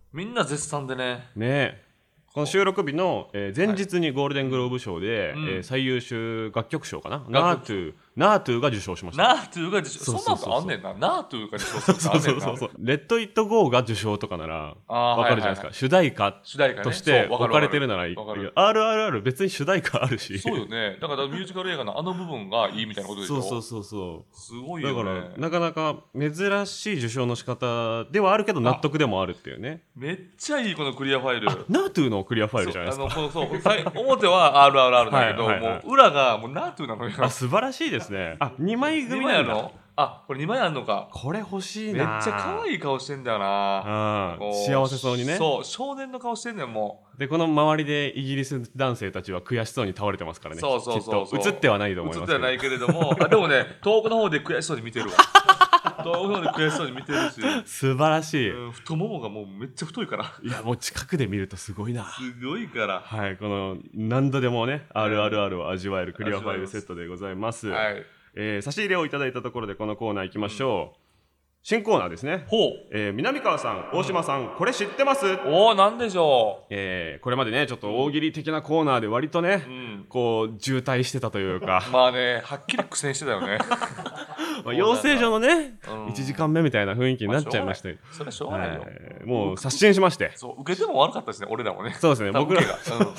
Speaker 2: みんな絶賛でね。
Speaker 1: ねこの収録日の、前日にゴールデングローブ賞で、最優秀楽曲賞かな、ナートゥが受賞しました。
Speaker 2: ナートゥが受賞、そんなのあんねんな。ナートゥが受賞するのあんねんな。
Speaker 1: そうレッド・イット・ゴーが受賞とかなら分かるじゃないですか。主題歌として置かれてるならいい。RRR 別に主題歌あるし。
Speaker 2: そうよね。だからミュージカル映画のあの部分がいいみたいなことでしょ。
Speaker 1: そう
Speaker 2: すごいよね。
Speaker 1: だからなかなか珍しい受賞の仕方ではあるけど納得でもあるっていうね。
Speaker 2: めっちゃいいこのクリアファイル。
Speaker 1: ナートゥのクリアファイルじゃないですか。
Speaker 2: 表は RRR だけど、もう裏がもうナートゥなのよ。
Speaker 1: 素晴らしいですね。2枚組
Speaker 2: なんだ。これ2枚あんのか。
Speaker 1: これ欲しいな。
Speaker 2: めっちゃ可愛い顔してんだよな。
Speaker 1: 幸せそうにね。
Speaker 2: そう、少年の顔してんねんも
Speaker 1: う。でこの周りでイギリス男性たちは悔しそうに倒れてますからね。そう映ってはないと思います。
Speaker 2: 映ってはないけれども、でもね、遠くの方で悔しそうに見てるわ。遠くの方で悔しそうに見てるし。
Speaker 1: 素晴らしい。
Speaker 2: 太ももがもうめっちゃ太いから。
Speaker 1: いやもう近くで見るとすごいな。
Speaker 2: すごいから。
Speaker 1: はい、この何度でもね RRR を味わえるクリアファイルセットでございます。はい。差し入れをいただいたところでこのコーナー行きましょう。新コーナーですね。南川さん、大島さん、これ知ってます？
Speaker 2: なんでしょ
Speaker 1: う。これまでねちょっと大喜利的なコーナーで割とね、こう渋滞してたというか
Speaker 2: まあね、はっきり苦戦してたよね。
Speaker 1: 養成所のね、1時間目みたいな雰囲気になっちゃいまして、
Speaker 2: それはしょうがないよ。
Speaker 1: もう刷新しまして、
Speaker 2: 受けても悪かったですね、俺らもね。
Speaker 1: そうですね、僕らが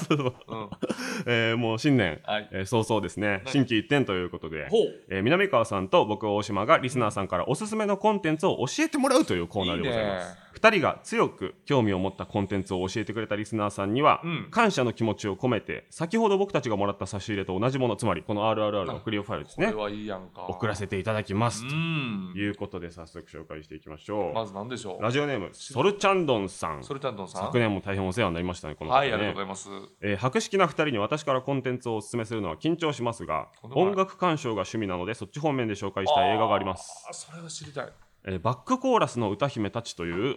Speaker 1: もう新年早々ですね、心機一転ということで、南川さんと僕大島がリスナーさんからおすすめのコンテンツを教えてもらうというコーナーでございます。2人が強く興味を持ったコンテンツを教えてくれたリスナーさんには、感謝の気持ちを込めて先ほど僕たちがもらった差し入れと同じもの、つまりこの RRR のクリアファイルですね、
Speaker 2: これはいいやんか、
Speaker 1: 送らせていただきますということで、早速紹介していきましょう。
Speaker 2: まず何でしょう。
Speaker 1: ラジオネームソルチャンドンさん。昨年も大変お世話になりましたね、この方ね。
Speaker 2: はい、ありがとうございます。
Speaker 1: 博識な2人に私からコンテンツをお勧めするのは緊張しますが、音楽鑑賞が趣味なのでそっち方面で紹介したい映画があります。
Speaker 2: それは知りたい。
Speaker 1: バックコーラスの歌姫たちという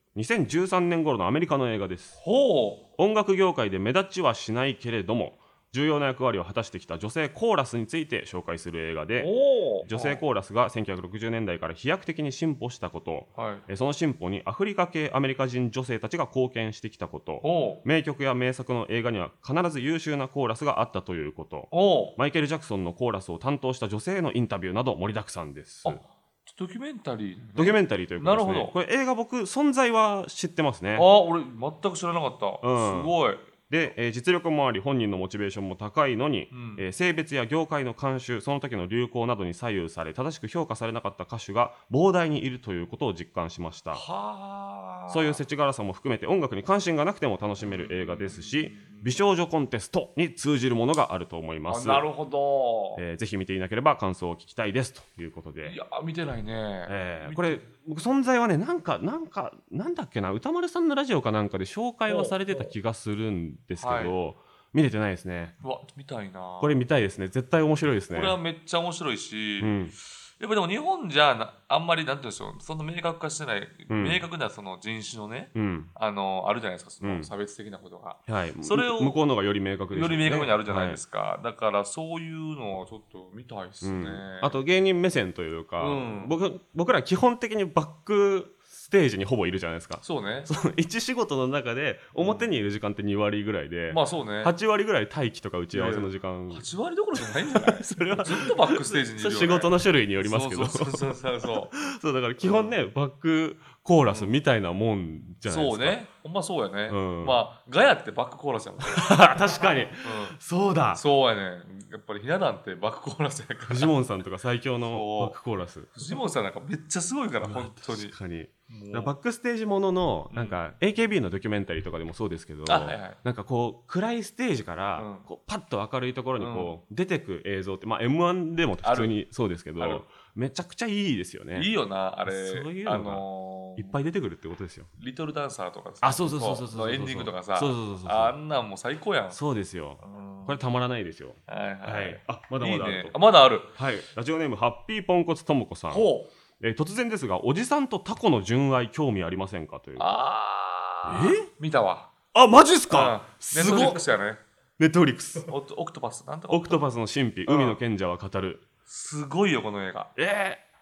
Speaker 1: 2013年頃のアメリカの映画です。音楽業界で目立ちはしないけれども重要な役割を果たしてきた女性コーラスについて紹介する映画で、女性コーラスが1960年代から飛躍的に進歩したこと、その進歩にアフリカ系アメリカ人女性たちが貢献してきたこと、名曲や名作の映画には必ず優秀なコーラスがあったということ、マイケル・ジャクソンのコーラスを担当した女性へのインタビューなど盛りだくさんです。
Speaker 2: ドキュメンタリー、
Speaker 1: ドキュメンタリーということですね。これ映画僕存在は知ってますね。
Speaker 2: 俺全く知らなかった、すごい。
Speaker 1: で、実力もあり本人のモチベーションも高いのに、性別や業界の慣習、その時の流行などに左右され正しく評価されなかった歌手が膨大にいるということを実感しました。そういう世知辛さも含めて音楽に関心がなくても楽しめる映画ですし、美少女コンテストに通じるものがあると思います。
Speaker 2: なるほど、
Speaker 1: ぜひ見ていなければ感想を聞きたいですということで。
Speaker 2: いや見てないね、
Speaker 1: これ僕存在はね、なんだっけな、歌丸さんのラジオかなんかで紹介はされてた気がするんですけど、見れてないですね。
Speaker 2: 見たいな。
Speaker 1: これ見たいですね。絶対面白いですね。
Speaker 2: これはめっちゃ面白いし、やっぱでも日本じゃあんまりなんていうんでしょう、その明確化してない、明確なその人種のね、あるじゃないですか、その差別的なことが、それを
Speaker 1: 向こうのがより明確です
Speaker 2: よね。より明確にあるじゃないですか、だからそういうのをちょっと見たいですね。
Speaker 1: あと芸人目線というか、僕ら基本的にバックステージにほぼいるじゃないですか。
Speaker 2: そうね。
Speaker 1: その一仕事の中で表にいる時間って2割ぐらいで、
Speaker 2: まあそうね、
Speaker 1: 8割ぐらい待機とか打ち合わせの時間、
Speaker 2: 8割どころじゃないんじゃないそれはずっとバックステージにいるよね。
Speaker 1: 仕事の種類によりますけど、そうだから基本ね、バックコーラスみたいなもんじゃないですか。
Speaker 2: そうね、ほんまそうやね、まあガヤってバックコーラスやもんね。
Speaker 1: 確かに、そうだ、
Speaker 2: そうやね。やっぱりひな壇ってバックコーラスやから。
Speaker 1: フジモンさんとか最強のバックコーラス。
Speaker 2: フジモンさんなんかめっちゃすごいから本当に。
Speaker 1: 確かに。バックステージもののなんか AKB のドキュメンタリーとかでもそうですけど、なんかこう暗いステージからこうパッと明るいところにこう出てく映像って、まあ M1 でも普通にそうですけど、めちゃくちゃいいですよね。
Speaker 2: いいよなあれ。
Speaker 1: そういうのがいっぱい出てくるってことですよ。
Speaker 2: リトルダンサーとか
Speaker 1: さ、そう
Speaker 2: エンディングとかさ、あんなんもう最高やん。
Speaker 1: そうですよ。これたまらないですよ。まだまだあると。
Speaker 2: まだある。
Speaker 1: ラジオネームハッピーポンコツともこさん。突然ですが、おじさんとタコの純愛興味ありませんかという。
Speaker 2: 見たわ。
Speaker 1: マジっすか。
Speaker 2: ネットフリックスやね。
Speaker 1: ネットフリックス。
Speaker 2: オクトパスなんとか。
Speaker 1: オクトパスの神秘、海の賢者は語る。
Speaker 2: すごいよこの映画。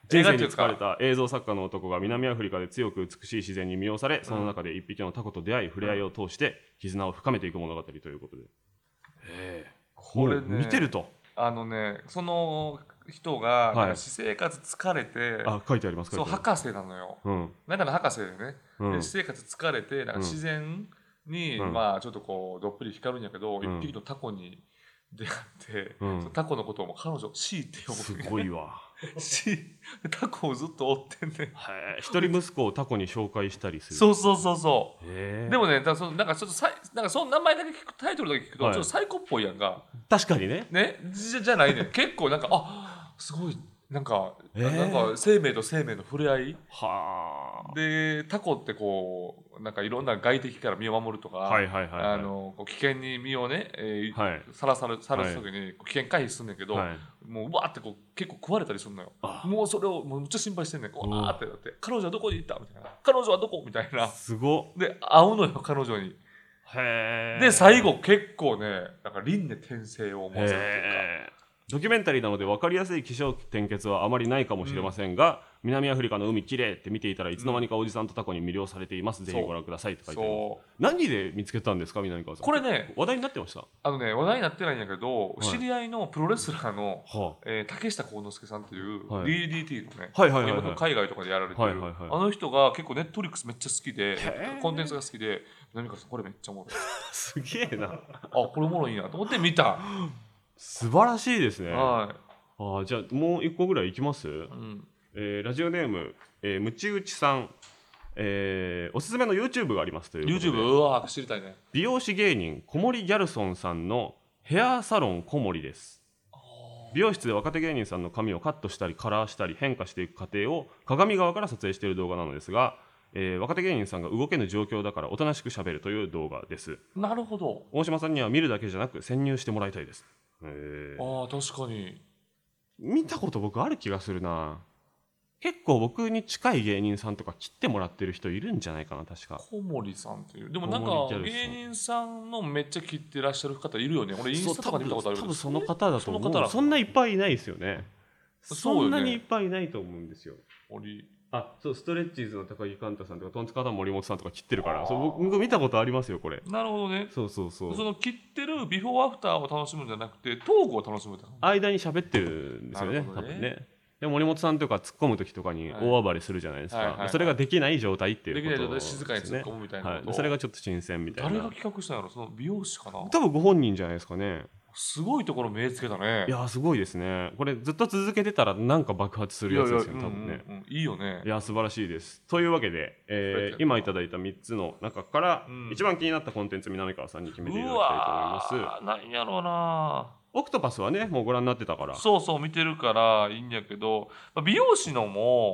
Speaker 1: 人生に疲れた映像作家の男が南アフリカで強く美しい自然に魅了され、その中で一匹のタコと出会い、触れ合いを通して絆を深めていく物語ということで、
Speaker 2: これね、
Speaker 1: 見てると
Speaker 2: その人が私生活疲れて、
Speaker 1: 書いてあります。
Speaker 2: そう博士なのよ、中の博士でね、私生活疲れてなんか自然に、まあちょっとこうどっぷり光るんやけど、一匹のタコに出会って、タコのことをも彼女シーって呼ぶ。
Speaker 1: すごいわ。
Speaker 2: タコをずっと追ってんね。
Speaker 1: 一人息子をタコに紹介したりする。
Speaker 2: そう。でもね、なんかちょっとなんかその名前だけ聞く、タイトルだけ聞くとちょっとサイコっぽいやんか。
Speaker 1: 確かにね。
Speaker 2: じゃないね。結構なんかすごいなんか生命と生命の触れ合い。でタコってこうなんかいろんな外敵から身を守るとか、危険に身をねさらす時に危険回避するんだけど、もううわーってこう結構食われたりするのよ。もうそれをもうめっちゃ心配してんねん。わーってなって彼女はどこに行ったみたいな、彼女はどこみたいな。
Speaker 1: すご
Speaker 2: で会うのよ彼女に。で最後結構ねなんか輪廻転生を思わせるというか。
Speaker 1: ドキュメンタリーなので分かりやすい起承転結はあまりないかもしれませんが、南アフリカの海きれいって見ていたらいつの間にかおじさんとタコに魅了されています、ぜひご覧くださいって書いてあります。何で見つけたんですか、南川さん。
Speaker 2: これね
Speaker 1: 話題になってました。
Speaker 2: 話題になってないんだけど、知り合いのプロレスラーの竹下幸之助さんっていう DDT のね、今海外とかでやられてるあの人が結構ネットフリックスめっちゃ好きで、コンテンツが好きで、南川さんこれめっちゃおもろい
Speaker 1: すげえな
Speaker 2: これおもろいなと思って見た。
Speaker 1: 素晴らしいですね。じゃあもう一個ぐらいいきます。ラジオネーム、ムチウチさん、おすすめの YouTube がありますということで。
Speaker 2: YouTube 知りたいね。
Speaker 1: 美容師芸人小森ギャルソンさんのヘアサロン小森です。美容室で若手芸人さんの髪をカットしたりカラーしたり変化していく過程を鏡側から撮影している動画なのですが、若手芸人さんが動けぬ状況だからおとなしくしゃべるという動画です。
Speaker 2: なるほど。
Speaker 1: 大島さんには見るだけじゃなく潜入してもらいたいです。
Speaker 2: 確かに
Speaker 1: 見たこと僕ある気がするな。結構僕に近い芸人さんとか切ってもらってる人いるんじゃないかな。確か
Speaker 2: 小森さんっていう。でもなんか芸人さんのめっちゃ切ってらっしゃる方いるよね。俺インスタとかで見たことあるけど、
Speaker 1: 多分その方だと思う。そんないっぱいいないですよね。そんなにいっぱいいないと思うんですよ。そうストレッチーズの高木寛太さんとかトンツカタン森本さんとか切ってるから、僕見たことありますよこれ。
Speaker 2: なるほどね。
Speaker 1: そう
Speaker 2: その切ってるビフォーアフターを楽しむんじゃなくてトークを楽しむ。
Speaker 1: 間に喋ってるんですよね多分ね。で森本さんとか突っ込む時とかに大暴れするじゃないですか。それができない状態っていうことですね。
Speaker 2: 静かに突っ込むみたいなこと。
Speaker 1: それがちょっと新鮮みたいな。
Speaker 2: 誰が企画したんやろ。その美容師かな。
Speaker 1: 多分ご本人じゃないですかね。
Speaker 2: すごいところ目つけたね。
Speaker 1: いやすごいですね。これずっと続けてたらなんか爆発するやつですよ多分ね。
Speaker 2: いいよね。
Speaker 1: いや素晴らしいです。というわけで、今いただいた3つの中から一番気になったコンテンツ、南川さんに決めていただきたいと思います。
Speaker 2: 何やろうな。
Speaker 1: オクトパスはねもうご覧になってたから。
Speaker 2: そう見てるからいいんやけど、美容師のも、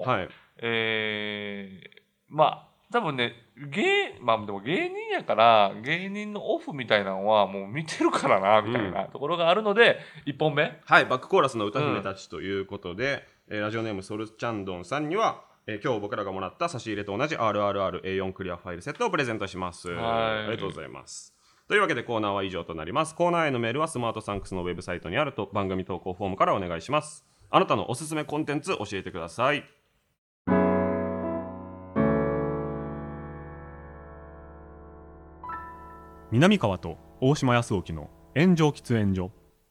Speaker 2: 多分ねでも芸人やから芸人のオフみたいなのはもう見てるからなみたいなところがあるので、1本目
Speaker 1: バックコーラスの歌姫たちということで、ラジオネームソルチャンドンさんには、今日僕らがもらった差し入れと同じ RRRA4 クリアファイルセットをプレゼントします。ありがとうございます。というわけでコーナーは以上となります。コーナーへのメールはスマートサンクスのウェブサイトにあると番組投稿フォームからお願いします。あなたのおすすめコンテンツ教えてください。南川と大島康沖の炎上喫煙所。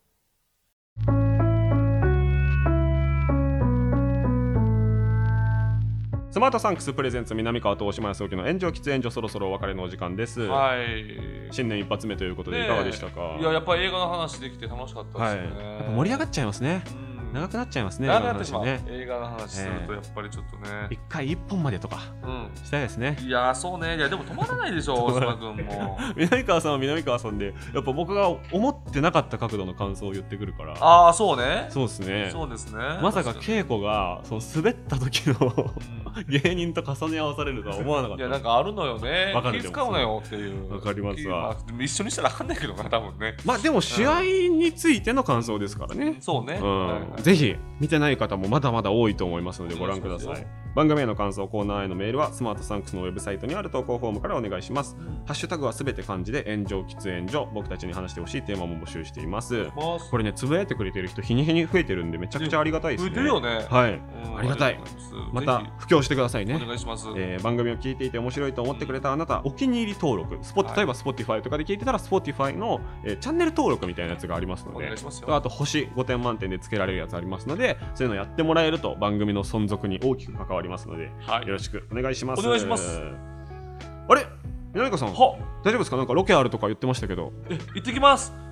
Speaker 1: スマートサンクスプレゼンツ南川と大島康沖の炎上喫煙所、そろそろお別れのお時間です。新年一発目ということでいかがでしたか。
Speaker 2: やっぱり映画の話できて楽しかったですね。
Speaker 1: やっぱ盛り上がっちゃいますね。長くなっちゃいますね。
Speaker 2: 長くなってしまう。映画の話するとやっぱりちょっとね、
Speaker 1: 1回1本までとかしたいですね。
Speaker 2: いやそうね。いやでも止まらないでしょ大島君も。
Speaker 1: 南川さんは南川さんでやっぱ僕が思ってなかった角度の感想を言ってくるから。
Speaker 2: そうね。
Speaker 1: そうですね。
Speaker 2: そうですね。
Speaker 1: まさか稽古がその滑った時の芸人と重ね合わされるとは思わなかった。
Speaker 2: いやなんかあるのよね。気使うのよっていう。
Speaker 1: わかりますわ。
Speaker 2: 一緒にしたらあかんないけどな多分ね。
Speaker 1: でも試合についての感想ですからね。
Speaker 2: そうね。
Speaker 1: ぜひ見てない方もまだまだ多いと思いますのでご覧ください。番組への感想、コーナーへのメールはスマートサンクスのウェブサイトにある投稿フォームからお願いします。ハッシュタグはすべて漢字で炎上喫煙所、僕たちに話してほしいテーマも募集しています。これね、つぶやいてくれてる人日に日に増えてるんでめちゃくちゃありがたいですね。
Speaker 2: 増えてるよね。
Speaker 1: はい、ありがたい。また布教してくださいね。
Speaker 2: お願いします。
Speaker 1: 番組を聞いていて面白いと思ってくれたあなた、お気に入り登録、例えば Spotify とかで聞いてたら Spotify の、チャンネル登録みたいなやつがありますので、あと星5点満点でつけられるやつありますので、そういうのやってもらえると番組の存続に大きく関わりますので、よろしくお願いします。
Speaker 2: お願いします。
Speaker 1: あれ、南川さん、大丈夫ですか？なんかロケあるとか言ってましたけど。
Speaker 2: 行ってきます。